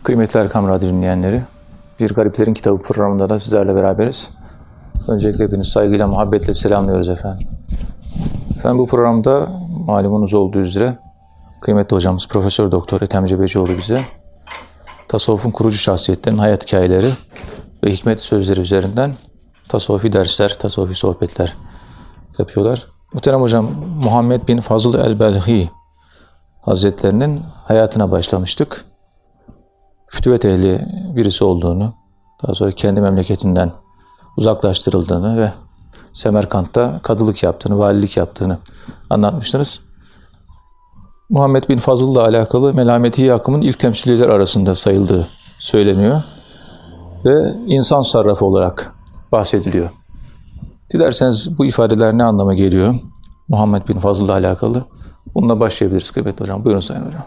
Kıymetli Erkam Radyo dinleyenleri, Bir Gariplerin Kitabı programında da sizlerle beraberiz. Öncelikle hepinizi saygıyla, muhabbetle selamlıyoruz efendim. Efendim bu programda malumunuz olduğu üzere kıymetli hocamız Profesör Doktor Ethem Cebecioğlu bize tasavvufun kurucu şahsiyetlerinin hayat hikayeleri ve hikmet sözleri üzerinden tasavvufi dersler, tasavvufi sohbetler yapıyorlar. Muhterem hocam Muhammed bin Fazıl el-Belhi Hazretlerinin hayatına başlamıştık. Fütüvet ehli birisi olduğunu, daha sonra kendi memleketinden uzaklaştırıldığını ve Semerkant'ta kadılık yaptığını, valilik yaptığını anlatmıştınız. Muhammed bin Fazıl'la alakalı Melameti akımın ilk temsilciler arasında sayıldığı söyleniyor ve insan sarrafı olarak bahsediliyor. Dilerseniz bu ifadeler ne anlama geliyor Muhammed bin Fazıl'la alakalı? Bununla başlayabiliriz kıymetli hocam. Buyurun sayın hocam.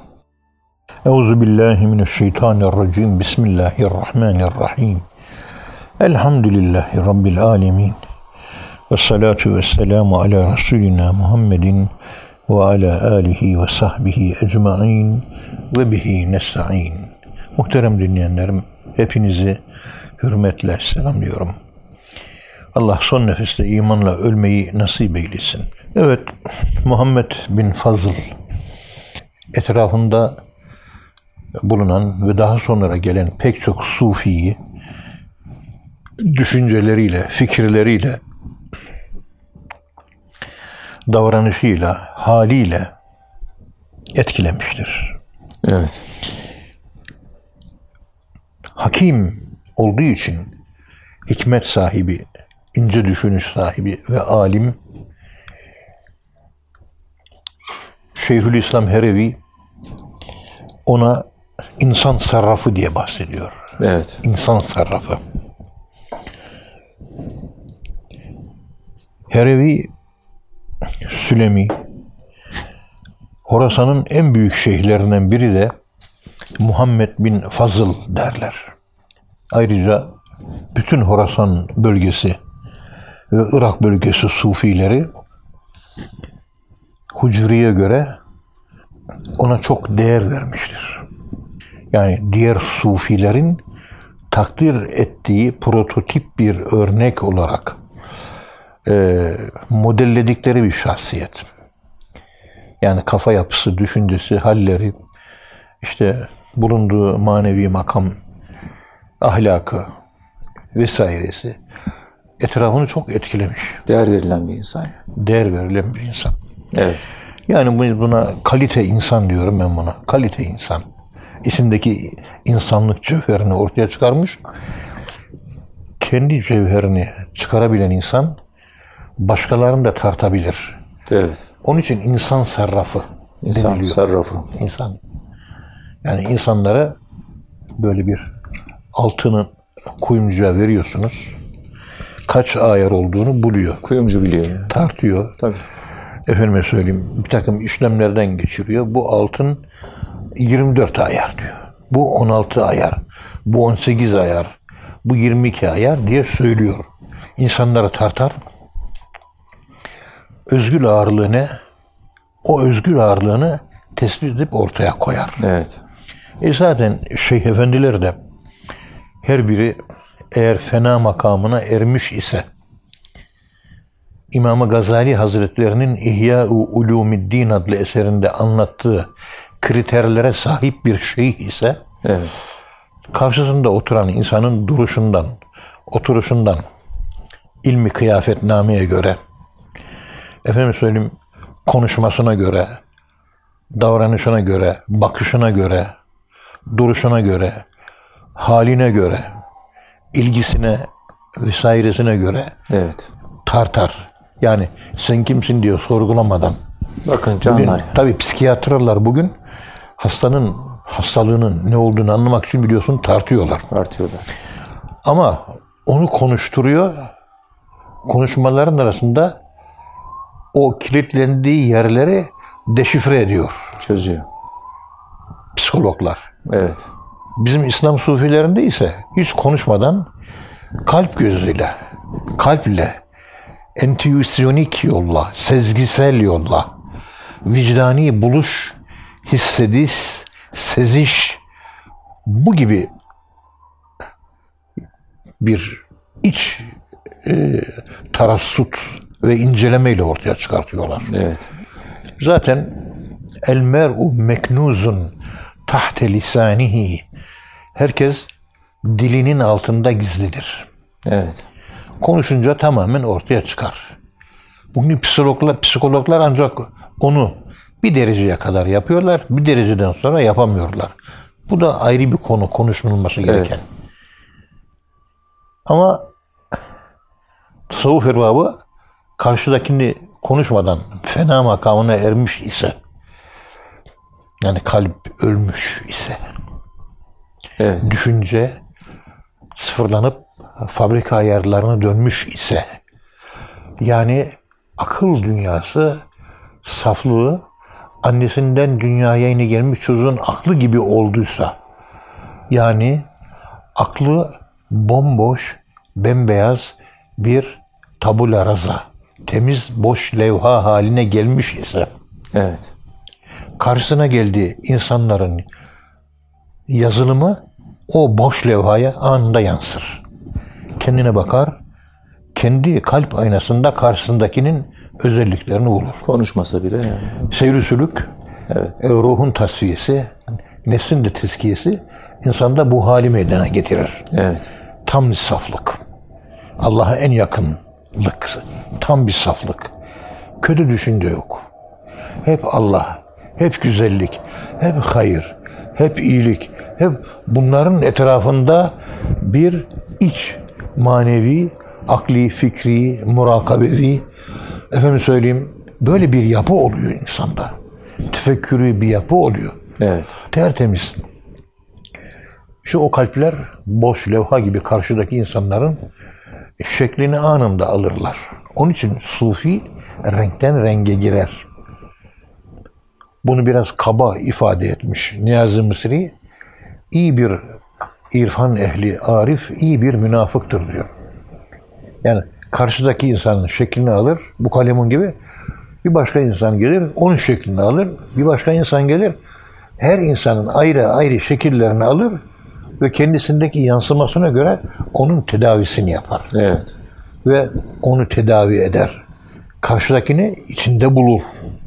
Euzubillahimineşşeytanirracim. Bismillahirrahmanirrahim. Elhamdülillahi Rabbil alemin. Ve salatu ve selamu ala Resulina Muhammedin ve ala alihi ve sahbihi ecma'in ve bihi nesta'in. Muhterem dinleyenlerim, hepinizi hürmetle selamlıyorum. Allah son nefeste imanla ölmeyi nasip eylesin. Evet, Muhammed bin Fazıl etrafında bulunan ve daha sonra gelen pek çok sufiyi düşünceleriyle, fikirleriyle, davranışıyla, haliyle etkilemiştir. Evet. Hakim olduğu için hikmet sahibi, ince düşünüş sahibi ve alim Şeyhülislam Herevi ona insan sarrafı diye bahsediyor. Evet. İnsan sarrafı. Herevi Sülemi, Horasan'ın en büyük şeyhlerinden biri de Muhammed bin Fazıl derler. Ayrıca bütün Horasan bölgesi ve Irak bölgesi sufileri Hucri'ye göre ona çok değer vermiştir. Yani diğer sufilerin takdir ettiği prototip bir örnek olarak modelledikleri bir şahsiyet. Yani kafa yapısı, düşüncesi, halleri, işte bulunduğu manevi makam, ahlakı vesairesi etrafını çok etkilemiş. Değer verilen bir insan. Değer verilen bir insan. Evet. Yani buna kalite insan diyorum ben buna. Kalite insan. İsimdeki insanlık cevherini ortaya çıkarmış. Kendi cevherini çıkarabilen insan başkalarını da tartabilir. Evet. Onun için insan sarrafı İnsan deniliyor. sarrafı. İnsan. Yani insanlara böyle bir altını kuyumcuya veriyorsunuz. Kaç ayar olduğunu buluyor. Kuyumcu biliyor yani. Tartıyor. Tabii. Efendime söyleyeyim, bir takım işlemlerden geçiriyor. Bu altın 24 ayar diyor. Bu 16 ayar. Bu 18 ayar. Bu 22 ayar diye söylüyor. İnsanlara tartar. Özgül ağırlığı ne? O özgül ağırlığını tespit edip ortaya koyar. Evet. Zaten Şeyh Efendiler de her biri eğer fena makamına ermiş ise İmam-ı Gazali Hazretlerinin İhya-u Ulumiddin adlı eserinde anlattığı kriterlere sahip bir şeyh ise Evet. karşısında oturan insanın duruşundan, oturuşundan, ilmi kıyafetnameye göre, efendim söyleyeyim konuşmasına göre, davranışına göre, bakışına göre, duruşuna göre, haline göre, ilgisine vesairesine göre Evet. tartar. Yani sen kimsin diyor sorgulamadan. Bakın canlar. Tabii psikiyatrlar bugün hastalığının ne olduğunu anlamak için biliyorsun tartıyorlar. Tartıyorlar. Ama onu konuşturuyor. Konuşmaların arasında o kilitlendiği yerleri deşifre ediyor Çözüyor. psikologlar. Evet. Bizim İslam sufilerinde ise hiç konuşmadan kalp gözüyle, kalple, entüisyonik yolla, sezgisel yolla, vicdani buluş, hissediş, seziş bu gibi bir iç tarassut ve incelemeyle ortaya çıkartıyorlar. Evet. Zaten el mer'u meknuzun tahte lisanihi. Herkes dilinin altında gizlidir. Evet. Konuşunca tamamen ortaya çıkar. Bugün psikologlar ancak onu bir dereceye kadar yapıyorlar, bir dereceden sonra yapamıyorlar. Bu da ayrı bir konu, konuşulması gereken. Evet. Ama tasavvuf erbabı karşıdakini konuşmadan fena makamına ermiş ise, yani kalp ölmüş ise, Evet. düşünce sıfırlanıp fabrika ayarlarına dönmüş ise, yani akıl dünyası saflığı annesinden dünyaya yeni gelmiş çocuğun aklı gibi olduysa, yani aklı bomboş, bembeyaz bir tabula rasa, temiz boş levha haline gelmiş ise, Evet. karşısına geldiği insanların yazılımı o boş levhaya anında yansır. Kendine bakar, kendi kalp aynasında karşısındakinin özelliklerini bulur. Konuşmasa bile yani. Seyr-i sülük, Evet. ruhun tasfiyesi, nefsin de tezkiyesi insanda bu hali meydana getirir. Evet. Tam bir saflık. Allah'a en yakınlık. Tam bir saflık. Kötü düşünce yok. Hep Allah, hep güzellik, hep hayır, hep iyilik. Hep bunların etrafında bir iç manevi, akli, fikri, murakabevi, efendim söyleyeyim, böyle bir yapı oluyor insanda. Tefekkürü bir yapı oluyor. Evet. Tertemiz. Şu o kalpler boş levha gibi karşıdaki insanların şeklini anında alırlar. Onun için sufi renkten renge girer. Bunu biraz kaba ifade etmiş Niyazi Mısri. İyi bir irfan ehli, arif, iyi bir münafıktır diyor. Yani karşıdaki insanın şeklini alır, bu kalemun gibi. Bir başka insan gelir, onun şeklini alır. Bir başka insan gelir, her insanın ayrı ayrı şekillerini alır ve kendisindeki yansımasına göre onun tedavisini yapar. Evet. Ve onu tedavi eder. Karşıdakini içinde bulur.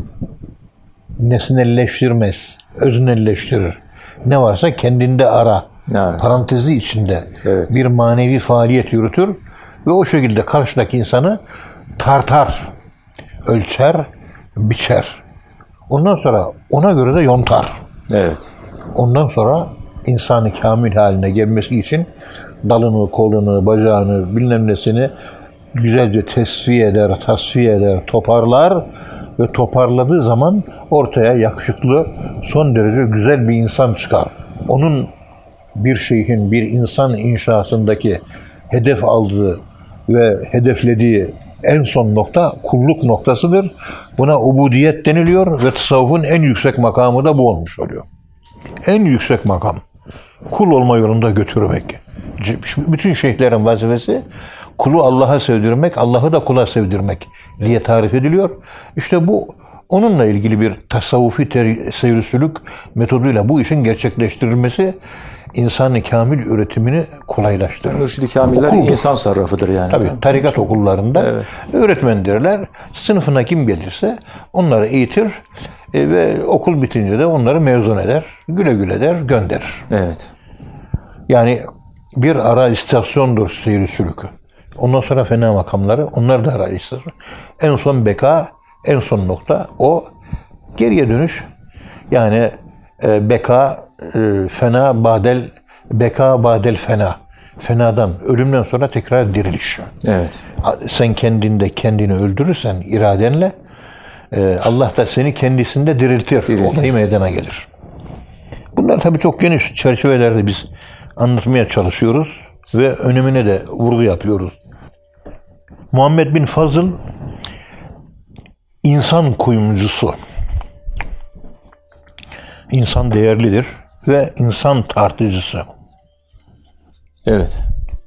Nesnelleştirmez, öznelleştirir. Ne varsa kendinde ara. Yani. Parantezi içinde Evet. bir manevi faaliyet yürütür ve o şekilde karşıdaki insanı tartar, ölçer, biçer. Ondan sonra ona göre de yontar. Evet. Ondan sonra insanı kamil haline gelmesi için dalını, kolunu, bacağını, bilmem nesini güzelce tesviye eder, tasfiye eder, toparlar ve toparladığı zaman ortaya yakışıklı, son derece güzel bir insan çıkar. Onun bir şeyhin, bir insan inşasındaki hedef aldığı ve hedeflediği en son nokta kulluk noktasıdır. Buna ubudiyet deniliyor ve tasavvufun en yüksek makamı da bu olmuş oluyor. En yüksek makam. Kul olma yolunda götürmek. Bütün şeyhlerin vazifesi kulu Allah'a sevdirmek, Allah'ı da kula sevdirmek diye tarif ediliyor. İşte bu onunla ilgili bir tasavvufi seyr-i sülük metoduyla bu işin gerçekleştirilmesi insanın kamil üretimini kolaylaştırır. Mürşid-i kamiller Okul. insan sarrafıdır yani. Tabii tarikat okullarında Evet. öğretmendirler. Sınıfına kim gelirse onları eğitir ve okul bitince de onları mezun eder. Güle güle der, gönderir. Evet. Yani bir ara istasyondur seyir sülükü. Ondan sonra fena makamları, onlar da ara istasyon. En son beka, en son nokta o geriye dönüş. Yani beka, fena, beka, badel fena. Fenadan, ölümden sonra tekrar diriliş. Evet. Sen kendini öldürürsen iradenle Allah da seni kendisinde diriltir. Olayı meydana gelir. Bunlar tabii çok geniş çerçevelerde biz anlatmaya çalışıyoruz ve önemine de vurgu yapıyoruz. Muhammed bin Fazıl insan kuyumcusu. İnsan değerlidir ve insan tartıcısı. Evet.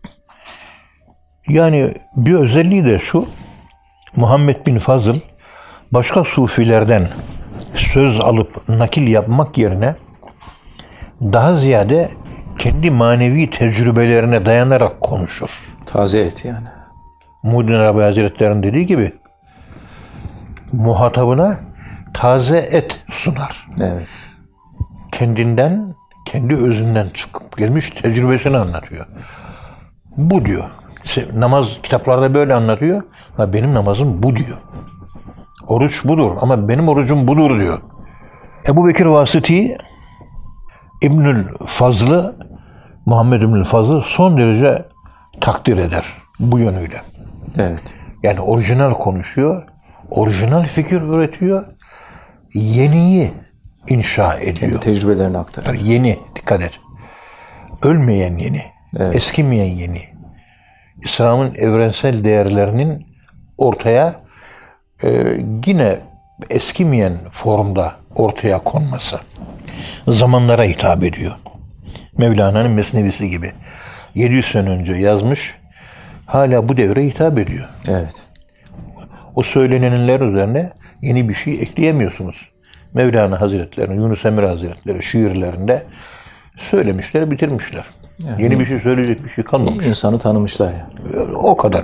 Yani bir özelliği de şu, Muhammed bin Fazıl başka sufilerden söz alıp nakil yapmak yerine daha ziyade kendi manevi tecrübelerine dayanarak konuşur. Taze et yani. Muhyiddin Arabi Hazretleri'nin dediği gibi muhatabına taze et sunar. Evet. Kendinden, kendi özünden çıkıp gelmiş tecrübesini anlatıyor. Bu diyor. Namaz kitaplarda böyle anlatıyor. Ha, benim namazım bu diyor. Oruç budur ama benim orucum budur diyor. Ebu Bekir Vasıti İbnül Fazl'ı, Muhammed İbnül Fazl'ı son derece takdir eder bu yönüyle. Evet. Yani orijinal konuşuyor, orijinal fikir üretiyor, yeniyi inşa ediyor. Tecrübelerini aktarıyor. Yeni, dikkat et. Ölmeyen yeni, Evet. eskimeyen yeni. İslam'ın evrensel değerlerinin ortaya yine eskimeyen formda ortaya konması. Zamanlara hitap ediyor. Mevlana'nın Mesnevisi gibi. 700 sene önce yazmış, hala bu devre hitap ediyor. Evet. O söylenenler üzerine yeni bir şey ekleyemiyorsunuz. Mevlana Hazretleri'nin, Yunus Emre Hazretleri şiirlerinde söylemişler, bitirmişler. Yani yeni bir şey söyleyecek bir şey kalmamış. İnsanı tanımışlar yani. O kadar.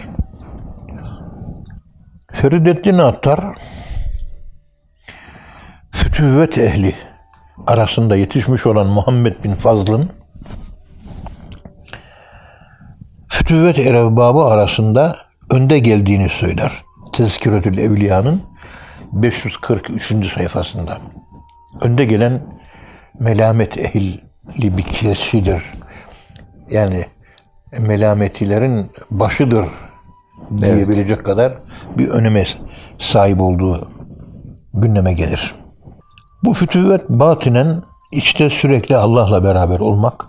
Feridettin Attar, fütüvvet ehli arasında yetişmiş olan Muhammed bin Fazl'ın fütüvvet erbabı arasında önde geldiğini söyler. Tezkiretül Evliya'nın 543. sayfasında. Önde gelen melamet ehli bir kişidir. Yani melametilerin başıdır diyebilecek kadar bir öneme sahip olduğu gündeme gelir. Bu fütüvvet batinen içte sürekli Allah'la beraber olmak,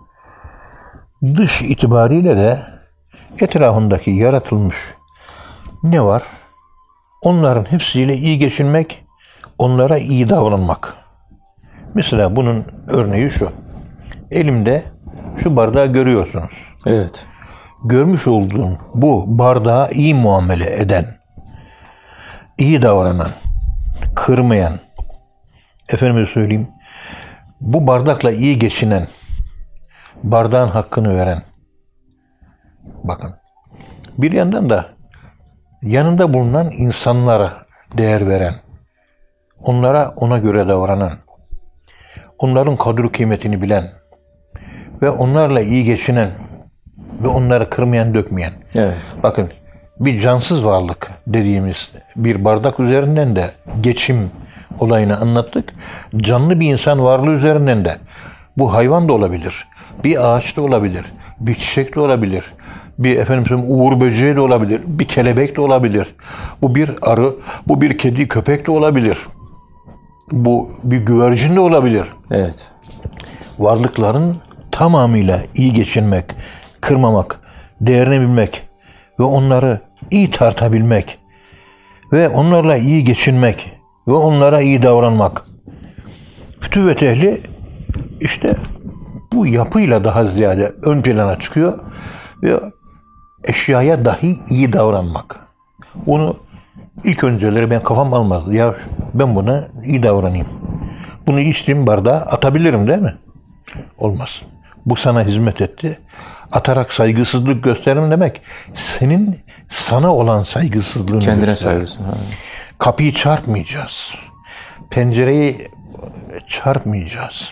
dış itibariyle de etrafındaki yaratılmış ne var? Onların hepsiyle iyi geçinmek, onlara iyi davranmak. Mesela bunun örneği şu. Elimde şu bardağı görüyorsunuz. Evet. Görmüş olduğum bu bardağa iyi muamele eden, iyi davranan, kırmayan, efendime söyleyeyim, bu bardakla iyi geçinen, bardağın hakkını veren. Bakın, bir yandan da yanında bulunan insanlara değer veren, onlara ona göre davranan, onların kadri kıymetini bilen ve onlarla iyi geçinen ve onları kırmayan, dökmeyen. Evet. Bakın, bir cansız varlık dediğimiz bir bardak üzerinden de geçim olayını anlattık. Canlı bir insan varlığı üzerinden de bu hayvan da olabilir, bir ağaç da olabilir, bir çiçek de olabilir, bir uğur böceği de olabilir, bir kelebek de olabilir, bu bir arı, bu bir kedi, köpek de olabilir, bu bir güvercin de olabilir. Evet. Varlıkların tamamıyla iyi geçinmek, kırmamak, değerini bilmek ve onları iyi tartabilmek ve onlarla iyi geçinmek ve onlara iyi davranmak. Fütüvvet ehli işte bu yapıyla daha ziyade ön plana çıkıyor ve eşyaya dahi iyi davranmak. Bunu ilk önceleri ben kafam almazdı. Ya ben buna iyi davranayım. Bunu içtiğim bardağa atabilirim değil mi? Olmaz. Bu sana hizmet etti. Atarak saygısızlık gösterim demek, senin sana olan saygısızlığını Kendine gösterir. saygısı. Ha. Kapıyı çarpmayacağız. Pencereyi çarpmayacağız.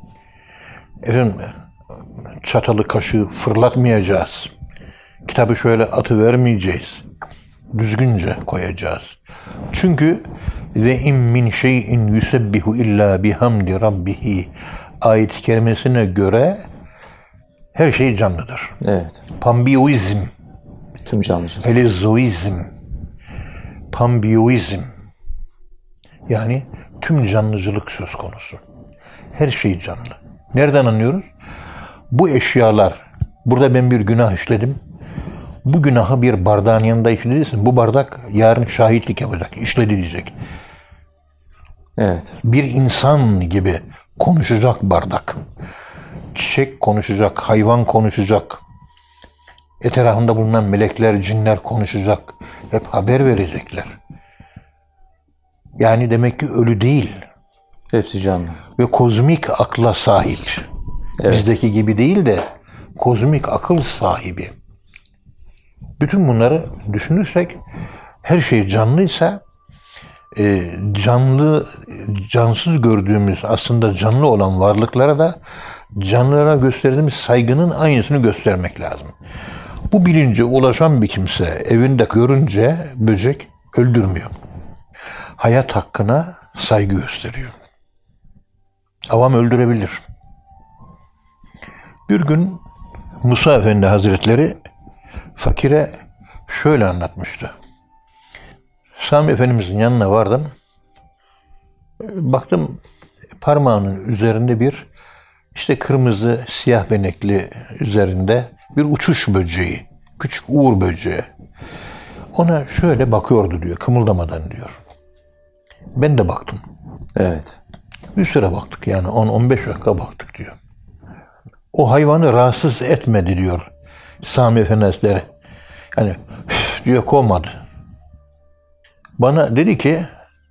Çatalı kaşığı fırlatmayacağız. Kitabı şöyle atıvermeyeceğiz. Düzgünce koyacağız. Çünkü ve in min şeyin yusebbihu illa bihamdi rabbihi ayet-i kerimesine göre her şey canlıdır. Evet. Pambioizm, Tüm canlıcılık. elezoizm, pambioizm, yani tüm canlıcılık söz konusu. Her şey canlı. Nereden anlıyoruz? Bu eşyalar, burada ben bir günah işledim. Bu günahı bir bardağın yanında işlediysen, bu bardak yarın şahitlik yapacak, işledilecek. Evet. Bir insan gibi konuşacak bardak. Çiçek konuşacak, hayvan konuşacak. Etrafında bulunan melekler, cinler konuşacak. Hep haber verecekler. Yani demek ki ölü değil Hepsi canlı. ve kozmik akla sahip. Evet. Bizdeki gibi değil de kozmik akıl sahibi. Bütün bunları düşünürsek her şey canlıysa canlı, cansız gördüğümüz aslında canlı olan varlıklara da canlılara gösterdiğimiz saygının aynısını göstermek lazım. Bu bilince ulaşan bir kimse evinde görünce böcek öldürmüyor. Hayat hakkına saygı gösteriyor. Avam öldürebilir. Bir gün Musa Efendi Hazretleri fakire şöyle anlatmıştı. Sami Efendimizin yanına vardım. Baktım parmağının üzerinde bir işte kırmızı siyah benekli üzerinde bir uçuş böceği. Küçük uğur böceği. Ona şöyle bakıyordu diyor. Kımıldamadan diyor. Ben de baktım. Evet. Bir süre baktık yani 10-15 dakika baktık diyor. O hayvanı rahatsız etmedi diyor Sami Efendi Hazretleri. Yani diyor kovmadı. Bana dedi ki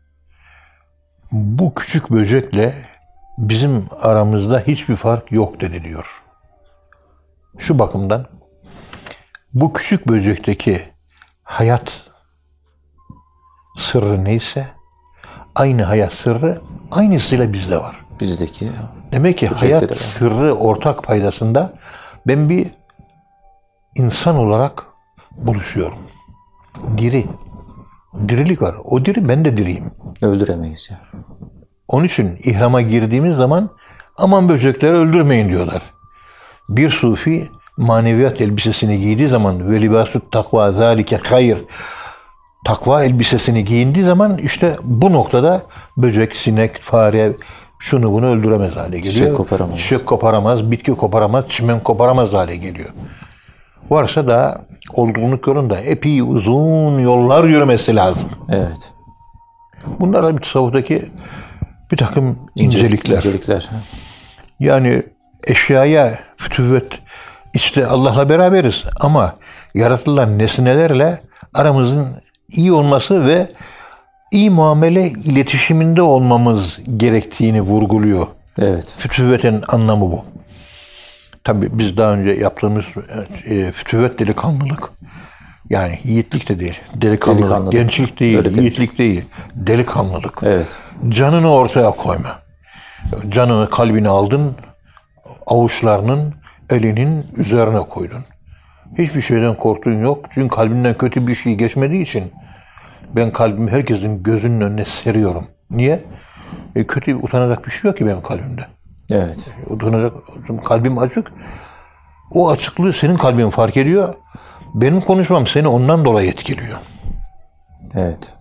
bu küçük böcekle bizim aramızda hiçbir fark yok dedi diyor. Şu bakımdan bu küçük böcekteki hayat sırrı neyse aynı hayat sırrı aynısıyla bizde var. Bizdeki Demek ki böcekte hayat de var. sırrı ortak paydasında ben bir insan olarak buluşuyorum. Diri. Dirilik var. O diri, ben de diriyim. öldüremeyiz ya. Onun için ihrama girdiğimiz zaman aman böcekleri öldürmeyin diyorlar. Bir sufi maneviyat elbisesini giydiği zaman ve libasut takva zalike hayır takva elbisesini giyindiği zaman işte bu noktada böcek, sinek, fare şunu bunu öldüremez hale geliyor. Çiçek koparamaz. Çiçek koparamaz, bitki koparamaz, çimen koparamaz hale geliyor. Varsa da olgunluk yolunda epey uzun yollar yürümesi lazım. Evet. Bunlar da bir tasavvuftaki bir takım incelikler. İncelikler. Yani eşyaya fütüvvet işte Allah'la beraberiz ama yaratılan nesnelerle aramızın iyi olması ve iyi muamele iletişiminde olmamız gerektiğini vurguluyor. Evet. Fütüvvetin anlamı bu. Tabii biz daha önce yaptığımız fütüvvet delikanlılık. Yani yiğitlik de değil. Delikanlılık. Gençlik değil, Öyle yiğitlik değil. Delikanlılık. Evet. Canını ortaya koyma. Canını kalbine aldın, avuçlarının, elinin üzerine koydun. Hiçbir şeyden korktuğun yok. Çünkü kalbinden kötü bir şey geçmediği için ben kalbimi herkesin gözünün önüne seriyorum. Niye? Kötü, utanacak bir şey yok ki benim kalbimde. Evet. Utanacak, kalbim açık. O açıklığı senin kalbin fark ediyor. Benim konuşmam seni ondan dolayı etkiliyor. Evet.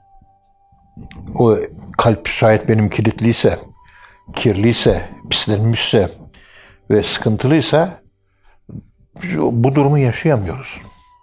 O kalp şayet benim kilitliyse, kirliyse, pislenmişse ve sıkıntılıysa bu durumu yaşayamıyoruz.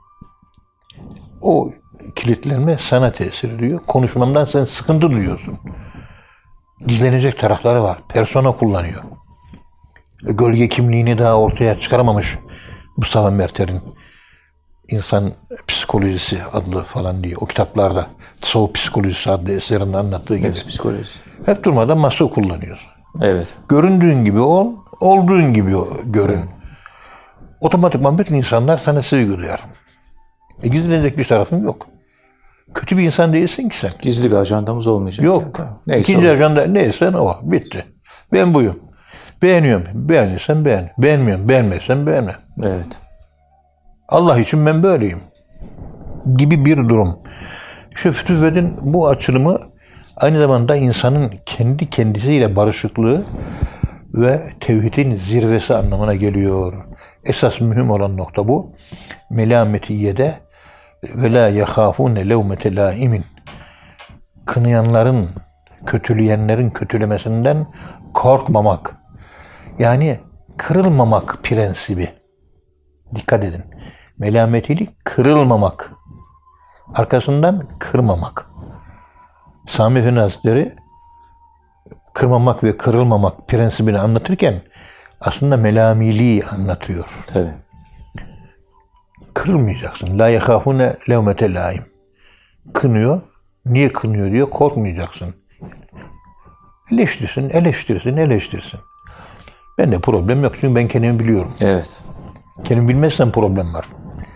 O kilitlenme sana tesir ediyor. Konuşmamdan sen sıkıntı duyuyorsun. Gizlenecek tarafları var. Persona kullanıyor. Gölge kimliğini daha ortaya çıkaramamış Mustafa Merter'in İnsan Psikolojisi adlı falan diye o kitaplarda Tasavvuf Psikolojisi adlı eserinde anlattığı gibi. Nefs psikolojisi. Hep durmadan maske kullanıyoruz. Evet. Göründüğün gibi ol, olduğun gibi görün. Otomatikman bütün insanlar sana sevgi duyar. Gizlenecek bir tarafın yok. Kötü bir insan değilsin ki sen. Gizli bir ajandamız olmayacak. Yok. Yani. Tamam. Neyse İkinci o. ajanda neyse o. Bitti. Ben buyum. Beğeniyorum. Beğenirsen beğen. Beğenmiyorum. Beğenmezsen beğenme. Evet. Allah için ben böyleyim. Gibi bir durum. İşte fütüvvetin bu açılımı aynı zamanda insanın kendi kendisiyle barışıklığı ve tevhidin zirvesi anlamına geliyor. Esas mühim olan nokta bu. Melametiyede ve la yahafune levmete laimin. Kınayanların, kötüleyenlerin kötülemesinden korkmamak. Yani kırılmamak prensibi. Dikkat edin. Melametilik kırılmamak. Arkasından kırmamak. Sami Efendi Hazretleri kırmamak ve kırılmamak prensibini anlatırken aslında melamiliği anlatıyor. Tabii. Kırılmayacaksın. La yehafune levmete laim. Kınıyor. Niye kınıyor diyor. Korkmayacaksın. Eleştirsin. Bende problem yok çünkü ben kendimi biliyorum. Evet. Kendimi bilmezsen problem var.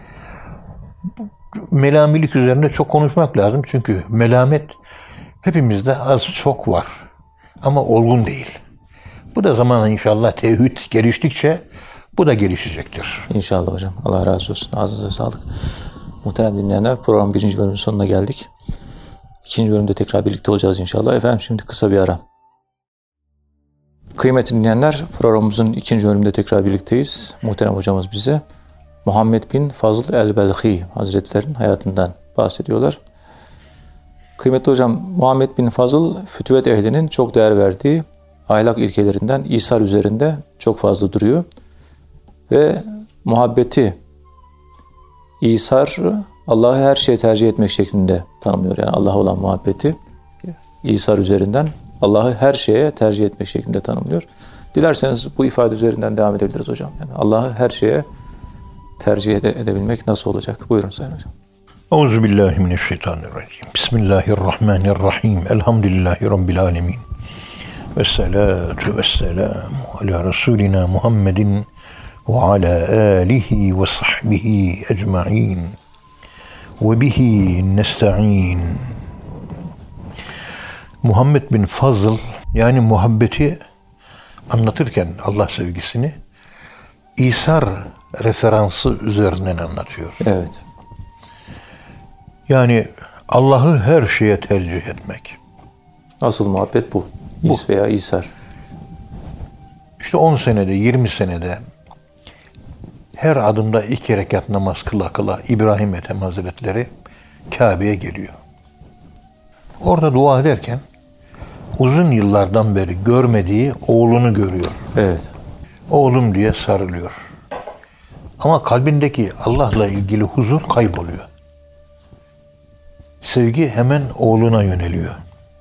Melamilik üzerinde çok konuşmak lazım. Çünkü melamet hepimizde az çok var. Ama olgun değil. Bu da zamanla inşallah tevhid geliştikçe bu da gelişecektir. İnşallah hocam. Allah razı olsun. Ağzınıza sağlık. Muhterem dinleyenler, programın 1. bölümünün sonuna geldik. 2. bölümde tekrar birlikte olacağız inşallah. Efendim şimdi kısa bir ara. Kıymetli dinleyenler, programımızın 2. bölümünde tekrar birlikteyiz. Muhterem hocamız bize Muhammed bin Fazıl el-Belhi Hazretleri'nin hayatından bahsediyorlar. Kıymetli hocam, Muhammed bin Fazıl, fütüvet ehlinin çok değer verdiği ahlak ilkelerinden İsar üzerinde çok fazla duruyor. Ve muhabbeti, İsar, Allah'ı her şeye tercih etmek şeklinde tanımlıyor. Yani Allah'a olan muhabbeti, İsar üzerinden Allah'ı her şeye tercih etmek şeklinde tanımlıyor. Dilerseniz bu ifade üzerinden devam edebiliriz hocam. Yani Allah'ı her şeye tercih edebilmek nasıl olacak? Buyurun Sayın Hocam. Euzubillahimineşşeytanirracim. Bismillahirrahmanirrahim. Elhamdülillahi Rabbil alemin. Vessalatu vesselamu ala Resulina Muhammedin ve ala alihi ve sahbihi ecma'in. Ve bihi nesta'in. Muhammed bin Fazıl, yani muhabbeti anlatırken Allah sevgisini İsar referansı üzerinden anlatıyor. Evet. Yani Allah'ı her şeye tercih etmek. Asıl muhabbet bu. İs veya İsar. İşte 10 senede, 20 senede her adımda 2 rekat namaz kıla kıla İbrahim Ethem Hazretleri Kabe'ye geliyor. Orada dua ederken uzun yıllardan beri görmediği oğlunu görüyor. Evet. Oğlum diye sarılıyor. Ama kalbindeki Allah'la ilgili huzur kayboluyor. Sevgi hemen oğluna yöneliyor.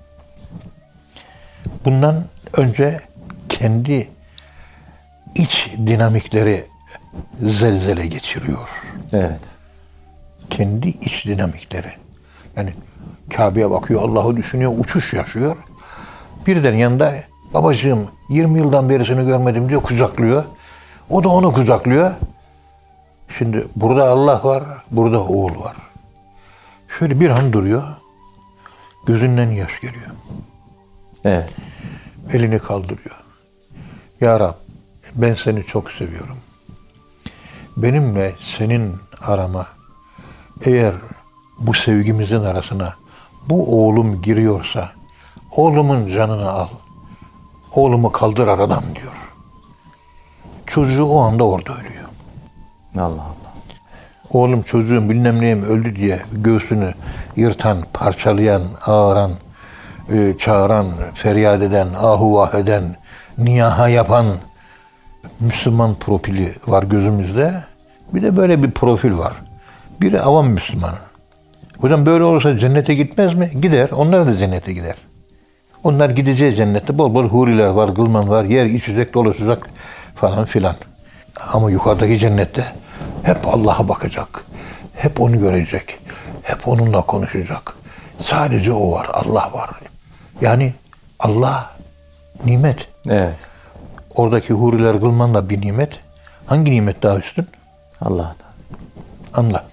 Bundan önce kendi iç dinamikleri zelzele geçiriyor. Evet. Kendi iç dinamikleri. Yani Kabe'ye bakıyor, Allah'ı düşünüyor, uçuş yaşıyor. Birden yanında babacığım 20 yıldan beri seni görmedim diyor, kucaklıyor. O da onu kucaklıyor. Şimdi burada Allah var, burada oğul var. Şöyle bir an duruyor. Gözünden yaş geliyor. Evet. Elini kaldırıyor. Ya Rab, ben seni çok seviyorum. Benimle senin arama, eğer bu sevgimizin arasına bu oğlum giriyorsa, oğlumun canını al. Oğlumu kaldır aradan diyor. Çocuğu o anda orada ölüyor. Allah Allah. Oğlum çocuğum bilmem neyim öldü diye göğsünü yırtan, parçalayan, ağıran, çağıran, feryat eden, ahu vah eden, niyaha yapan Müslüman profili var gözümüzde. Bir de böyle bir profil var. Biri avam Müslüman. Hocam böyle olursa cennete gitmez mi? Gider. Onlar da cennete gider. Onlar gideceği cennette bol bol huriler var, gılman var, yer içecek, dolaşacak falan filan. Ama yukarıdaki cennette hep Allah'a bakacak. Hep onu görecek. Hep onunla konuşacak. Sadece o var, Allah var. Yani Allah nimet. Evet. Oradaki huriler, gılman da bir nimet. Hangi nimet daha üstün? Allah'tan. Anla.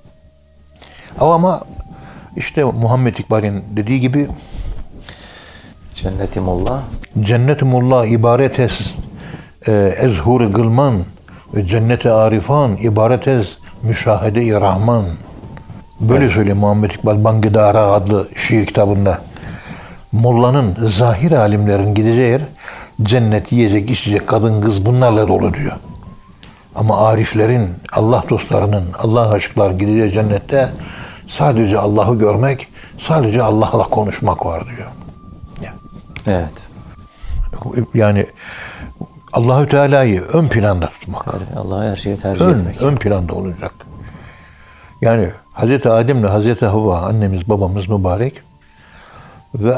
Ama işte Muhammed İkbal'in dediği gibi Cennetimullah. Cennetimullah ibaret ezhur gılman ve cennete arifan ibaret müşahede-i rahman. Böyle söylüyor Muhammed İkbal Bangıdara adlı şiir kitabında. Mollanın, zahir alimlerin gideceği yer cennet, yiyecek, içecek, kadın, kız bunlarla dolu diyor. Ama ariflerin, Allah dostlarının, Allah aşıkların gideceği cennette sadece Allah'ı görmek, sadece Allah'la konuşmak var diyor. Evet. Yani Allahü Teala'yı ön planda tutmak. Allah'a her şeye tercih etmek. Ön planda olacak. Yani Hazreti Adem'le Hazreti Havva annemiz babamız mübarek ve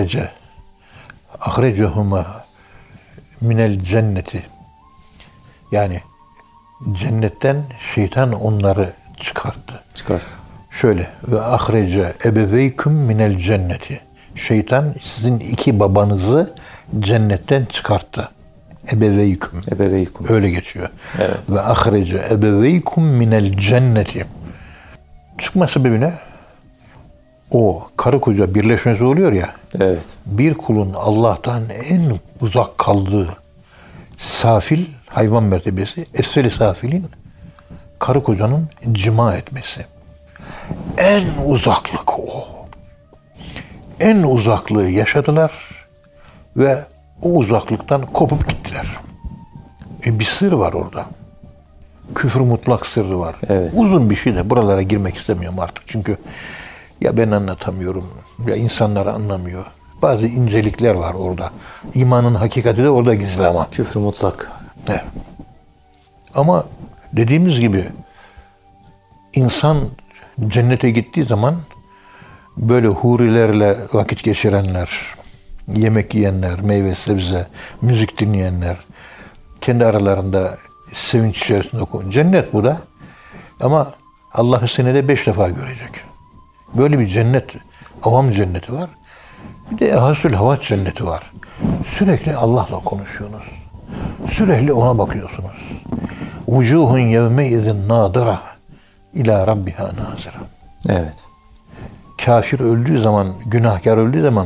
ahrecehuma minel cenneti, yani cennetten şeytan onları çıkarttı. Şöyle ve ahrece ebeveyküm minel cenneti. Şeytan sizin iki babanızı cennetten çıkarttı. Ebeveyküm. Ebeveykum. Öyle geçiyor. Evet. Ve ahrece ebeveykum minel cenneti. Çıkma sebebi ne? O karı koca birleşmesi oluyor ya. Evet. Bir kulun Allah'tan en uzak kaldığı safil hayvan mertebesi, esfel-i safilin karı kocanın cima etmesi. En uzaklık o. En uzaklığı yaşadılar ve o uzaklıktan kopup gittiler. Bir sır var orada. Küfür mutlak sırrı var. Evet. Uzun bir şey de buralara girmek istemiyorum artık. Çünkü ya ben anlatamıyorum ya insanlar anlamıyor. Bazı incelikler var orada. İmanın hakikati de orada gizli ama. Küfrü mutlak. Evet. Ama dediğimiz gibi insan cennete gittiği zaman böyle hurilerle vakit geçirenler, yemek yiyenler, meyve sebze, müzik dinleyenler, kendi aralarında sevinç içerisinde okuyun. Cennet bu da. Ama Allah'ı senede 5 defa görecek. Böyle bir cennet, avam cenneti var. Bir de hasül havat cenneti var. Sürekli Allah'la konuşuyorsunuz. Sürekli ona bakıyorsunuz. Vucuhun yevme izin nadira ila rabbiha nazira. Evet. Kafir öldüğü zaman, günahkar öldüğü zaman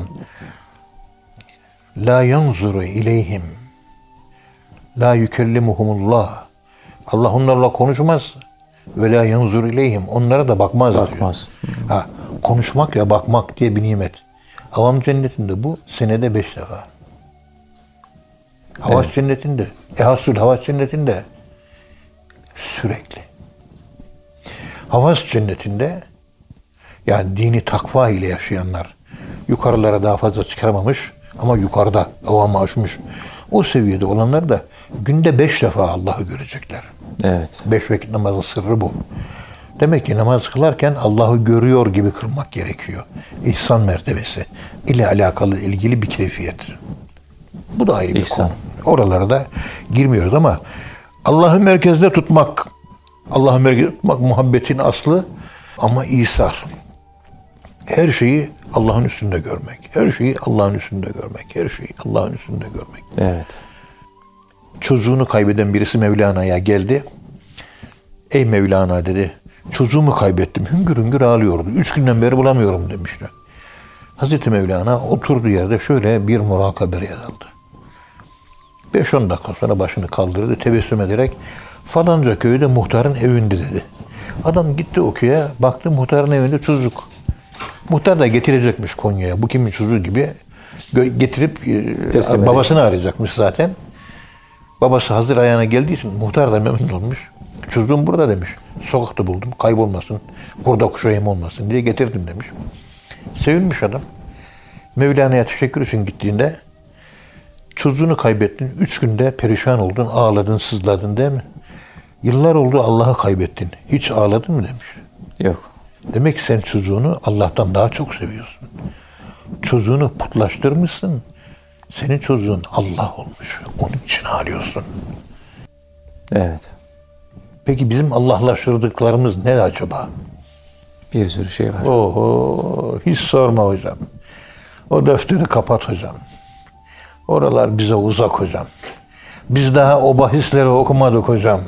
la yanzuru ileyhim la yükellimuhumullah. Allah onlarla konuşmaz ve la yanzuru ileyhim. Onlara da bakmaz. Bakmaz. Ha, konuşmak ya bakmak diye bir nimet. Avam cennetinde bu senede 5 defa. Havas cennetinde, ehasül havas cennetinde sürekli. Havas cennetinde yani dini takva ile yaşayanlar yukarılara daha fazla çıkaramamış ama yukarıda avamı aşmış. O seviyede olanlar da günde 5 defa Allah'ı görecekler. Evet. 5 vakit namazın sırrı bu. Demek ki namaz kılarken Allah'ı görüyor gibi kılmak gerekiyor. İhsan mertebesi ile alakalı ilgili bir keyfiyet. Bu da ayrı bir İhsan. konu. Oralara da girmiyoruz ama Allah'ı merkezde tutmak, Allah'ı merkezde tutmak muhabbetin aslı ama İsar. Her şeyi Allah'ın üstünde görmek. Her şeyi Allah'ın üstünde görmek. Her şeyi Allah'ın üstünde görmek. Evet. Çocuğunu kaybeden birisi Mevlana'ya geldi. Ey Mevlana dedi. Çocuğumu kaybettim. Hüngür hüngür ağlıyordu. 3 günden beri bulamıyorum demişti. Hazreti Mevlana oturduğu yerde şöyle bir murakabe yazıldı. 5-10 dakika sonra başını kaldırdı. Tebessüm ederek falanca köyde muhtarın evinde dedi. Adam gitti o köye. Baktı muhtarın evinde çocuk. Muhtar da getirecekmiş Konya'ya. Bu kimin çocuğu gibi getirip babasını arayacakmış zaten. Babası hazır ayağına geldiği için muhtar da memnun olmuş. Çocuğum burada demiş. Sokakta buldum. Kaybolmasın. Kurda kuşa yem olmasın diye getirdim demiş. Sevinmiş adam. Mevlana'ya teşekkür için gittiğinde çocuğunu kaybettin. 3 günde perişan oldun. Ağladın, sızladın değil mi? Yıllar oldu Allah'ı kaybettin. Hiç ağladın mı demiş. Yok. Demek ki sen çocuğunu Allah'tan daha çok seviyorsun. Çocuğunu putlaştırmışsın. Senin çocuğun Allah olmuş. Onun için ağlıyorsun. Evet. Peki bizim Allah'laştırdıklarımız ne acaba? Bir sürü şey var. Oho, hiç sorma hocam. O defteri kapat hocam. Oralar bize uzak hocam. Biz daha o bahisleri okumadık hocam.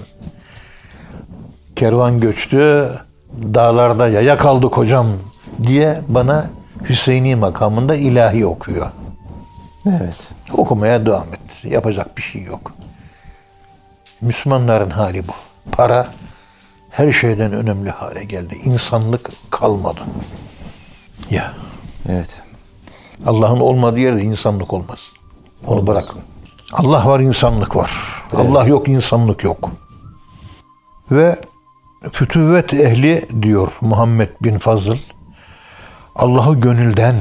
Kervan göçtü, dağlarda yaya kaldık hocam diye bana Hüseyini makamında ilahi okuyor. Evet. Okumaya devam et. Yapacak bir şey yok. Müslümanların hali bu. Para her şeyden önemli hale geldi. İnsanlık kalmadı. Ya. Evet. Allah'ın olmadığı yerde insanlık olmaz. Onu bırakın. Allah var, insanlık var. Evet. Allah yok, insanlık yok. Ve fütüvvet ehli diyor Muhammed bin Fazıl, Allah'ı gönülden,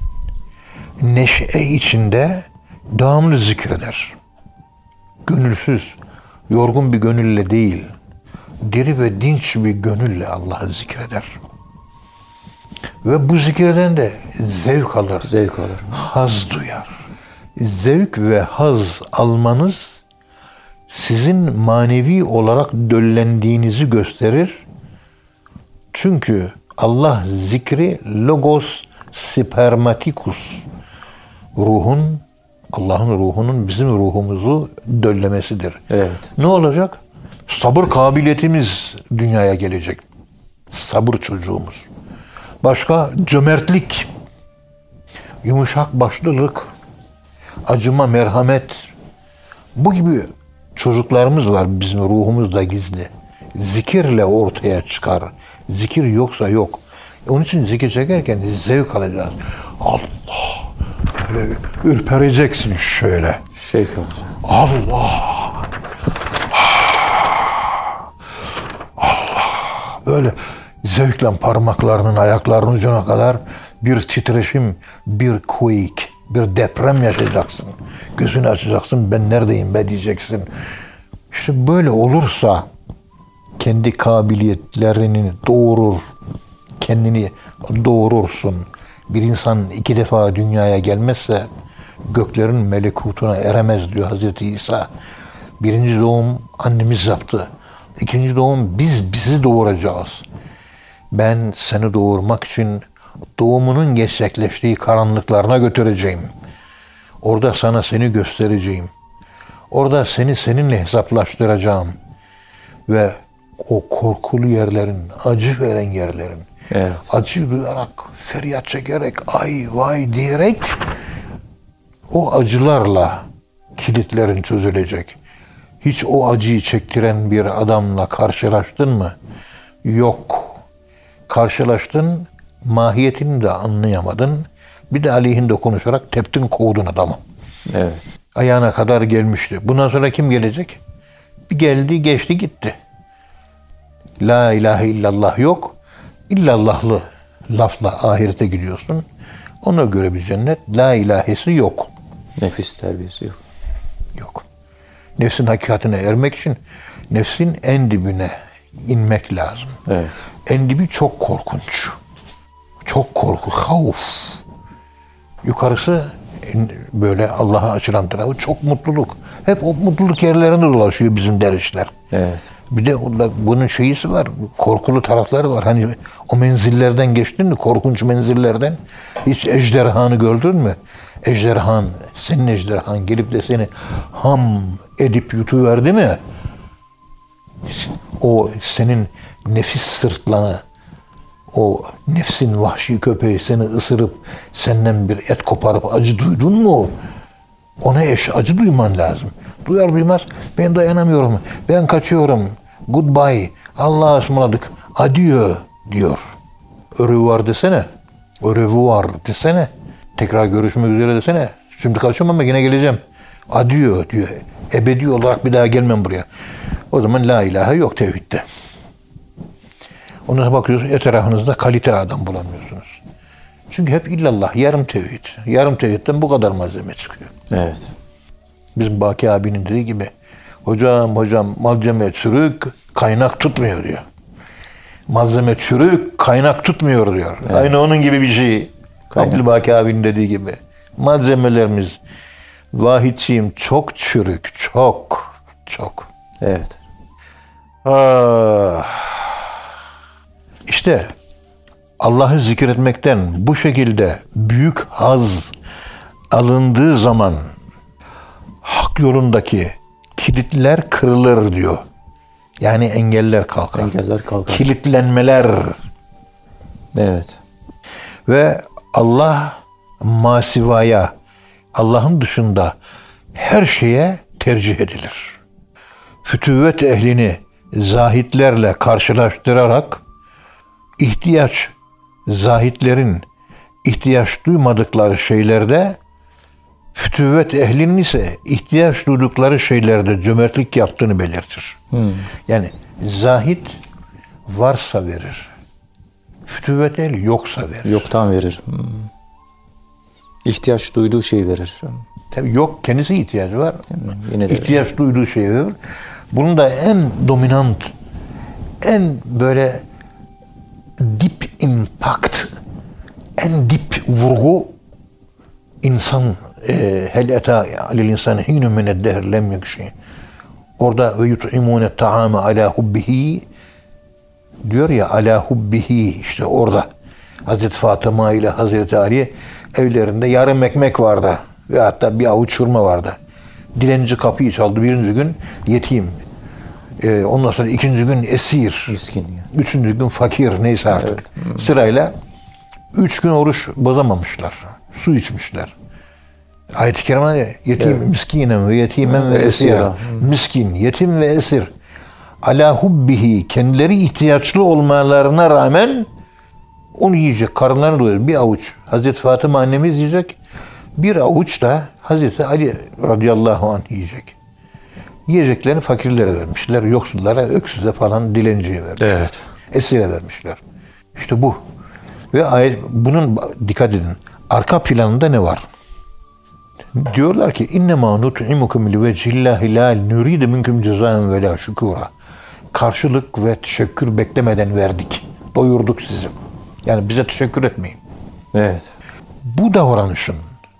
neşe içinde devamlı zikreder. Gönülsüz, yorgun bir gönülle değil, diri ve dinç bir gönülle Allah'ı zikreder. Ve bu zikirden de zevk alır. Zevk alır. Haz duyar. Zevk ve haz almanız sizin manevi olarak döllendiğinizi gösterir. Çünkü Allah zikri logos spermaticus, ruhun Allah'ın ruhunun bizim ruhumuzu döllemesidir. Evet. Ne olacak? Sabır kabiliyetimiz dünyaya gelecek. Sabır çocuğumuz. Başka cömertlik, yumuşak başlılık, acıma, merhamet. Bu gibi çocuklarımız var bizim ruhumuzda gizli. Zikirle ortaya çıkar. Zikir yoksa yok. Onun için zikir çekerken zevk alacağız. Allah! Böyle ürpereceksin şöyle. Şeyh olacak. Allah! Böyle zevkle parmaklarının, ayaklarının ucuna kadar bir titreşim, bir quake, bir deprem yaşayacaksın. Gözünü açacaksın, ben neredeyim be diyeceksin. İşte böyle olursa kendi kabiliyetlerini doğurur, kendini doğurursun. Bir insan 2 defa dünyaya gelmezse göklerin melekutuna eremez diyor Hazreti İsa. 1. doğum annemiz yaptı. 2. doğum bizi doğuracağız. Ben seni doğurmak için doğumunun gerçekleştiği karanlıklarına götüreceğim. Orada sana seni göstereceğim. Orada seni seninle hesaplaştıracağım. Ve o korkulu yerlerin, acı veren yerlerin, Evet. acı duyarak, feryat çekerek, ay vay diyerek o acılarla kilitlerin çözülecek. Hiç o acıyı çektiren bir adamla karşılaştın mı? Yok. Karşılaştın, mahiyetini de anlayamadın. Bir de aleyhinde konuşarak teptin, kovdun adamı. Evet. Ayağına kadar gelmişti. Bundan sonra kim gelecek? Bir geldi, geçti, gitti. La ilahe illallah yok. İllallahlı lafla ahirete gidiyorsun. Ona göre bir cennet. La ilahesi yok. Nefis terbiyesi yok. Yok. Nefsin hakikatine ermek için nefsin en dibine inmek lazım. Evet. En dibi çok korkunç. Çok korku, havf. Yukarısı böyle Allah'a açılan tarafı çok mutluluk. Hep o mutluluk yerlerinde dolaşıyor bizim dervişler. Evet. Bir de bunun şeyisi var, korkulu tarafları var. Hani o menzillerden geçtin mi, korkunç menzillerden? Hiç ejderhanı gördün mü? Ejderhan, senin ejderhan gelip de seni ham edip yutuverdi mi? O senin nefis sırtlanı, o nefsin vahşi köpeği seni ısırıp senden bir et koparıp acı duydun mu? Ona acı duyman lazım. Duyar duymaz ben dayanamıyorum, ben kaçıyorum, goodbye, Allah'a ısmarladık, adieu diyor. Au revoir desene, au revoir desene, tekrar görüşmek üzere desene, şimdi kaçıyorum ama yine geleceğim. Adieu diyor, ebedi olarak bir daha gelmem buraya. O zaman la ilahe yok tevhidde. Ona bakıyorsunuz etrafınızda kalite adam bulamıyorsunuz. Çünkü hep illallah, yarım tevhid. Yarım tevhidden bu kadar malzeme çıkıyor. Evet. Bizim Baki abinin dediği gibi hocam malzeme çürük, kaynak tutmuyor diyor. Malzeme çürük, kaynak tutmuyor diyor. Evet. Aynı onun gibi bir şey. Abdülbaki abinin dediği gibi. Malzemelerimiz vahidçiyim çok çürük, çok. Evet. İşte Allah'ı zikretmekten bu şekilde büyük haz alındığı zaman hak yolundaki kilitler kırılır diyor. Yani engeller kalkar. Engeller kalkar. Kilitlenmeler. Evet. Ve Allah masivaya, Allah'ın dışında her şeye tercih edilir. Fütüvvet ehlini zahitlerle karşılaştırarak zahitlerin ihtiyaç duymadıkları şeylerde, fütüvvet ehlinin ise ihtiyaç duydukları şeylerde cömertlik yaptığını belirtir. Yani zahit varsa verir. Fütüvvet ehli yoksa verir. Yoktan verir. İhtiyaç duyduğu şeyi verir. Tabii yok, kendisi ihtiyacı var. Yine de İhtiyaç duyduğu şeyi verir. Bunun da en dominant, en böyle deep impact, en dip vurgu insan hel eta alel insan hinun mined dehr lem yekşi. Orada ve yut'imune ta'ame ala hubbihi diyor ya, ala hubbihi, işte orada Hazreti Fatıma ile Hazreti Ali evlerinde yarım ekmek vardı. Ve hatta bir avuç hurma vardı. Dilenci kapıyı çaldı. Birinci gün yetim. Ondan sonra ikinci gün esir. Miskin. Üçüncü gün fakir, neyse artık. Evet. Sırayla 3 gün oruç bozamamışlar. Su içmişler. Ayet-i kerime yetim, evet. Miskinen ve yetimen ve esira. Miskin, yetim ve esir. Ala hubbihi, kendileri ihtiyaçlı olmalarına rağmen onu yiyecek, karınlarını doyuracak. Bir avuç Hazreti Fatıma annemiz yiyecek. Bir avuç da Hazreti Ali radıyallahu anh yiyecek. Yiyeceklerini fakirlere vermişler, yoksullara, öksüze falan, dilenciye vermişler. Evet. Esire vermişler. İşte bu. Ve ayet, bunun dikkat edin. Arka planında ne var? Diyorlar ki innema nut'imukum li vecillahi la nuridu minkum cezaen ve la şükura. Karşılık ve teşekkür beklemeden verdik. Doyurduk sizi. Yani bize teşekkür etmeyin. Evet. Bu davranışın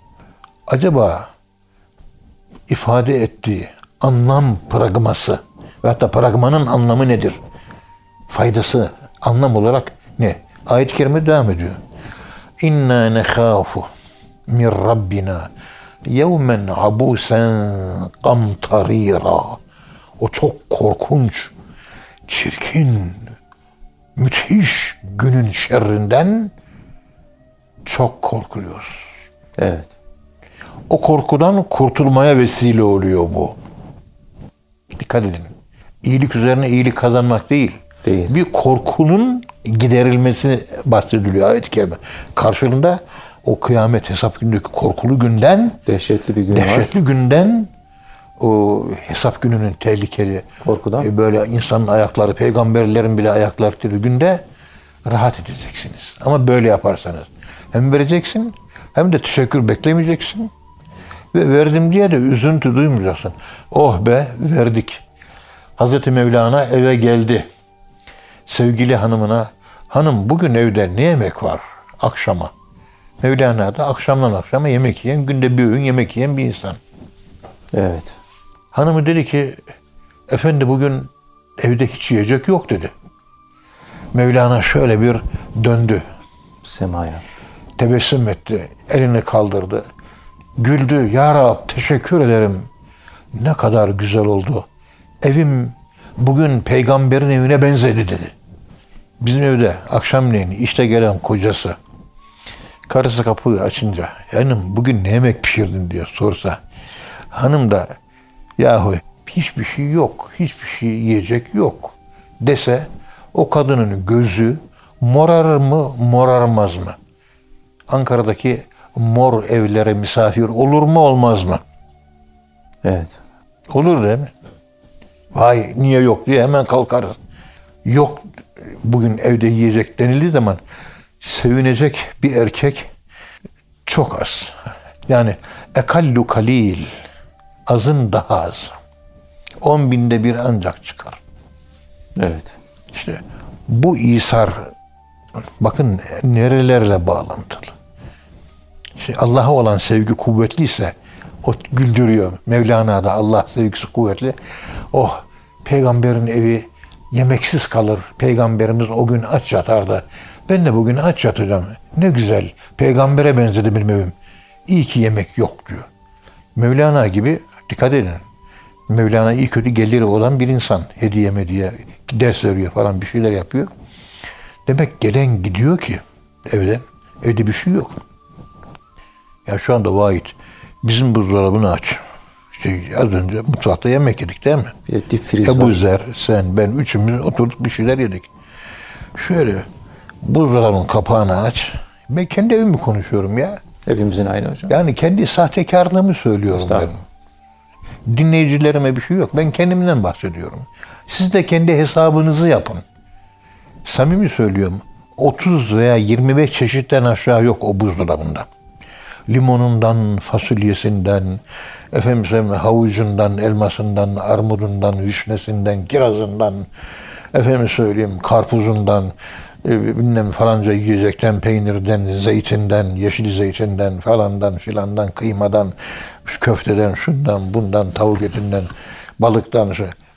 acaba ifade ettiği anlam pragması ve hatta pragmanın anlamı nedir? Faydası, anlam olarak ne? Ayet-i kerime devam ediyor. İnna nekhafu min rabbina yevmen abusen kamtarira. O çok korkunç, çirkin, müthiş günün şerrinden çok korkuyoruz. Evet. O korkudan kurtulmaya vesile oluyor bu. Dikkat edin. İyilik üzerine iyilik kazanmak değil. Değil. Bir korkunun giderilmesi bahsediliyor ayet-i kerime. Karşılığında o kıyamet hesap günündeki korkulu günden, dehşetli bir gün var. Dehşetli günden, o hesap gününün tehlikeli, korkudan böyle insanın ayakları, peygamberlerin bile ayakları titriyor günde rahat edeceksiniz. Ama böyle yaparsanız hem vereceksin hem de teşekkür beklemeyeceksin ve verdim diye de üzüntü duymayacaksın. Oh be, verdik. Hazreti Mevlana eve geldi. Sevgili hanımına, hanım bugün evde ne yemek var akşama? Mevlana da akşamdan akşama yemek yiyen, günde bir öğün yemek yiyen bir insan. Evet. Hanımı dedi ki, efendi bugün evde hiç yiyecek yok dedi. Mevlana şöyle bir döndü. Semaya. Tebessüm etti, elini kaldırdı. Güldü, ya Rab teşekkür ederim. Ne kadar güzel oldu. Evim bugün peygamberin evine benzedi dedi. Bizim evde akşamleyin işte gelen kocası, karısı kapıyı açınca, hanım bugün ne yemek pişirdin diye sorsa, hanım da yahu hiçbir şey yok, hiçbir şey yiyecek yok dese, o kadının gözü morarır mı, morarmaz mı? Ankara'daki mor evlere misafir olur mu, olmaz mı? Evet. Olur değil mi? Vay niye yok diye hemen kalkarız. Yok bugün evde yiyecek denildiği zaman sevinecek bir erkek çok az. Yani ekallu kalil, azın daha az. 10.000'de bir ancak çıkar. Evet. İşte bu İsar bakın nerelerle bağlantılı. İşte Allah'a olan sevgi kuvvetliyse o güldürüyor. Mevlana'da Allah sevgisi kuvvetli. Oh peygamberin evi yemeksiz kalır. Peygamberimiz o gün aç yatardı. Ben de bugün aç yatacağım. Ne güzel. Peygambere benzedi benim evim. İyi ki yemek yok diyor. Mevlana gibi dikkat edin. Mevlana iyi kötü geliri olan bir insan. Hediye mediye ders veriyor falan bir şeyler yapıyor. Demek gelen gidiyor ki evden. Evde bir şey yok. Ya şu anda vahit. Bizim buzdolabını aç. İşte az önce mutfakta yemek yedik değil mi? Bir de dip friz Ebu var. Zer, sen, ben üçümüz oturduk bir şeyler yedik. Şöyle buzdolabının kapağını aç. Ben kendi evimi konuşuyorum ya. Hepimizin aynı hocam. Yani kendi sahtekarlığımı söylüyorum ben. Dinleyicilerime bir şey yok. Ben kendimden bahsediyorum. Siz de kendi hesabınızı yapın. Samimi söylüyorum. 30 veya 25 çeşitten aşağı yok o buzdolabında. Limonundan, fasulyesinden, havucundan, elmasından, armudundan, vişnesinden, kirazından, karpuzundan, bilmem falanca yiyecekten, peynirden, zeytinden, yeşil zeytinden, falandan, filandan, kıymadan, köfteden, şundan, bundan, tavuk etinden, balıktan.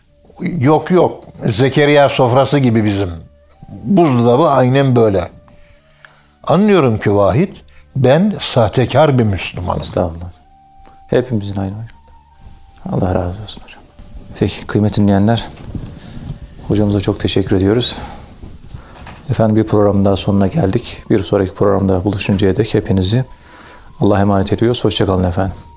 Yok. Zekeriya sofrası gibi bizim. Buzdolabı aynen böyle. Anlıyorum ki Vahit, ben sahtekar bir Müslümanım. Estağfurullah. Hepimizin aynı hocam. Allah razı olsun hocam. Peki kıymetli dinleyenler, hocamıza çok teşekkür ediyoruz. Efendim bir programın daha sonuna geldik. Bir sonraki programda buluşuncaya dek hepinizi Allah'a emanet ediyoruz. Hoşça kalın efendim.